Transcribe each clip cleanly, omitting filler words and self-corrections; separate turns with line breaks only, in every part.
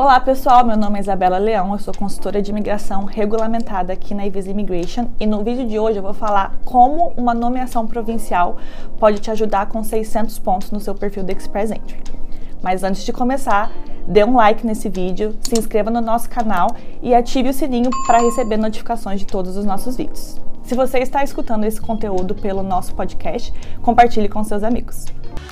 Olá pessoal, meu nome é Isabela Leão, eu sou consultora de imigração regulamentada aqui na Visa Immigration e no vídeo de hoje eu vou falar como uma nomeação provincial pode te ajudar com 600 pontos no seu perfil do Express Entry. Mas antes de começar, dê um like nesse vídeo, se inscreva no nosso canal e ative o sininho para receber notificações de todos os nossos vídeos. Se você está escutando esse conteúdo pelo nosso podcast, compartilhe com seus amigos.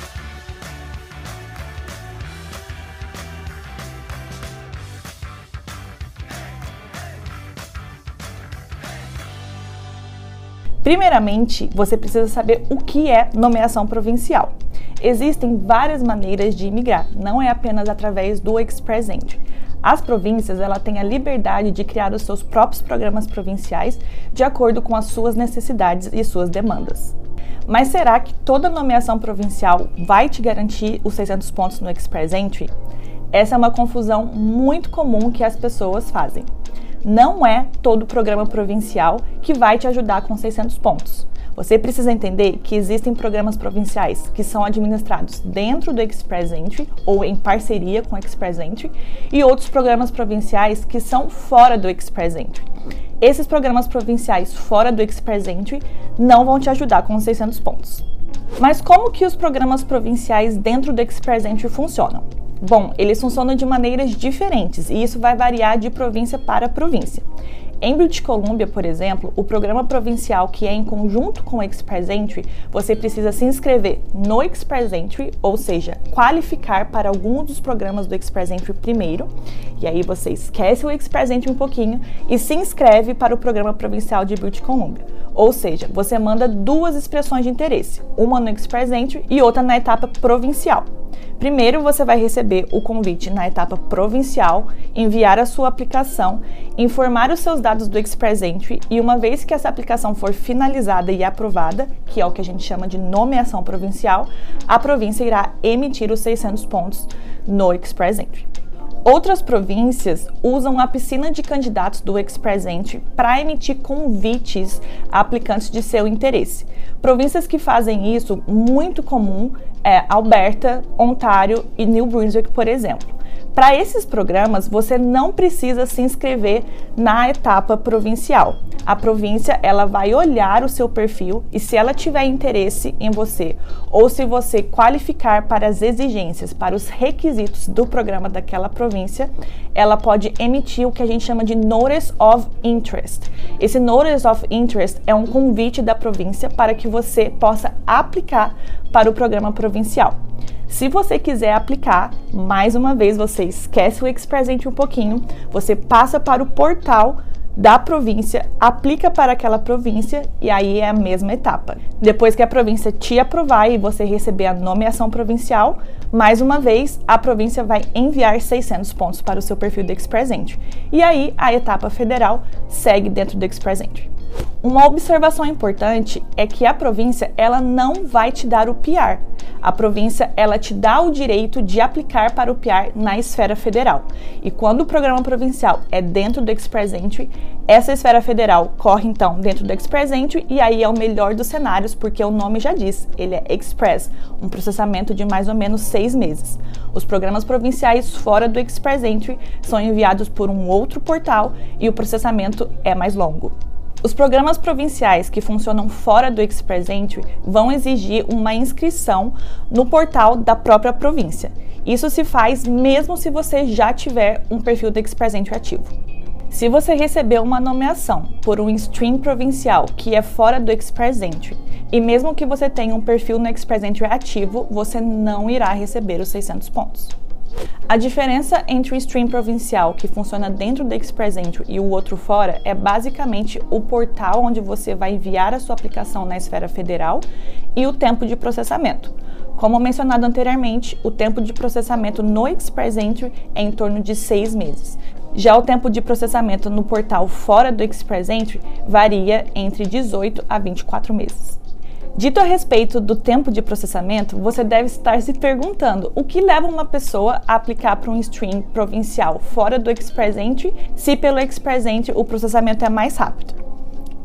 Primeiramente, você precisa saber o que é nomeação provincial. Existem várias maneiras de imigrar, não é apenas através do Express Entry. As províncias têm a liberdade de criar os seus próprios programas provinciais de acordo com as suas necessidades e suas demandas. Mas será que toda nomeação provincial vai te garantir os 600 pontos no Express Entry? Essa é uma confusão muito comum que as pessoas fazem. Não é todo programa provincial que vai te ajudar com 600 pontos. Você precisa entender que existem programas provinciais que são administrados dentro do Express Entry ou em parceria com o Express Entry e outros programas provinciais que são fora do Express Entry. Esses programas provinciais fora do Express Entry não vão te ajudar com 600 pontos. Mas como que os programas provinciais dentro do Express Entry funcionam? Bom, eles funcionam de maneiras diferentes e isso vai variar de província para província. Em British Columbia, por exemplo, o programa provincial que é em conjunto com o Express Entry, você precisa se inscrever no Express Entry, ou seja, qualificar para algum dos programas do Express Entry primeiro, e aí você esquece o Express Entry um pouquinho e se inscreve para o programa provincial de British Columbia. Ou seja, você manda duas expressões de interesse, uma no Express Entry e outra na etapa provincial. Primeiro, você vai receber o convite na etapa provincial, enviar a sua aplicação, informar os seus dados do Express Entry e uma vez que essa aplicação for finalizada e aprovada, que é o que a gente chama de nomeação provincial, a província irá emitir os 600 pontos no Express Entry. Outras províncias usam a piscina de candidatos do Express Entry para emitir convites a aplicantes de seu interesse. Províncias que fazem isso muito comum é Alberta, Ontário e New Brunswick, por exemplo. Para esses programas, você não precisa se inscrever na etapa provincial. A província vai olhar o seu perfil e se ela tiver interesse em você ou se você qualificar para as exigências, para os requisitos do programa daquela província, ela pode emitir o que a gente chama de Notice of Interest. Esse Notice of Interest é um convite da província para que você possa aplicar para o programa provincial. Se você quiser aplicar, mais uma vez você esquece o Express Entry um pouquinho, você passa para o portal da província, aplica para aquela província e aí é a mesma etapa. Depois que a província te aprovar e você receber a nomeação provincial, mais uma vez a província vai enviar 600 pontos para o seu perfil do Express Entry. E aí a etapa federal segue dentro do Express Entry. Uma observação importante é que a província não vai te dar o PR. A província te dá o direito de aplicar para o PR na esfera federal. E quando o programa provincial é dentro do Express Entry, essa esfera federal corre então dentro do Express Entry e aí é o melhor dos cenários porque o nome já diz, ele é Express, um processamento de mais ou menos 6 meses. Os programas provinciais fora do Express Entry são enviados por um outro portal e o processamento é mais longo. Os programas provinciais que funcionam fora do Express Entry vão exigir uma inscrição no portal da própria província. Isso se faz mesmo se você já tiver um perfil do Express Entry ativo. Se você receber uma nomeação por um stream provincial que é fora do Express Entry, e mesmo que você tenha um perfil no Express Entry ativo, você não irá receber os 600 pontos. A diferença entre o stream provincial que funciona dentro do Express Entry e o outro fora é basicamente o portal onde você vai enviar a sua aplicação na esfera federal e o tempo de processamento. Como mencionado anteriormente, o tempo de processamento no Express Entry é em torno de 6 meses. Já o tempo de processamento no portal fora do Express Entry varia entre 18 a 24 meses. Dito a respeito do tempo de processamento, você deve estar se perguntando o que leva uma pessoa a aplicar para um stream provincial fora do Express Entry se pelo Express Entry o processamento é mais rápido.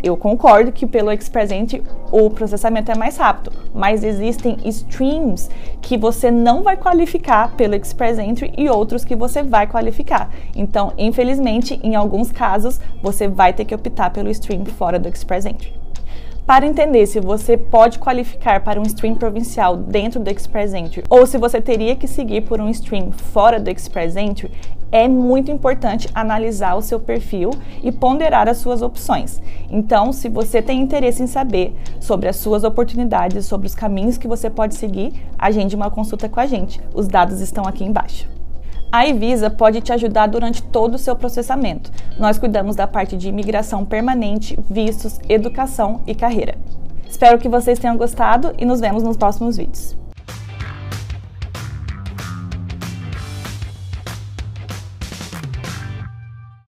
Eu concordo que pelo Express Entry o processamento é mais rápido, mas existem streams que você não vai qualificar pelo Express Entry e outros que você vai qualificar. Então, infelizmente, em alguns casos, você vai ter que optar pelo stream fora do Express Entry. Para entender se você pode qualificar para um stream provincial dentro do Express Entry ou se você teria que seguir por um stream fora do Express Entry, é muito importante analisar o seu perfil e ponderar as suas opções. Então, se você tem interesse em saber sobre as suas oportunidades, sobre os caminhos que você pode seguir, agende uma consulta com a gente. Os dados estão aqui embaixo. A eVisa pode te ajudar durante todo o seu processamento. Nós cuidamos da parte de imigração permanente, vistos, educação e carreira. Espero que vocês tenham gostado e nos vemos nos próximos vídeos.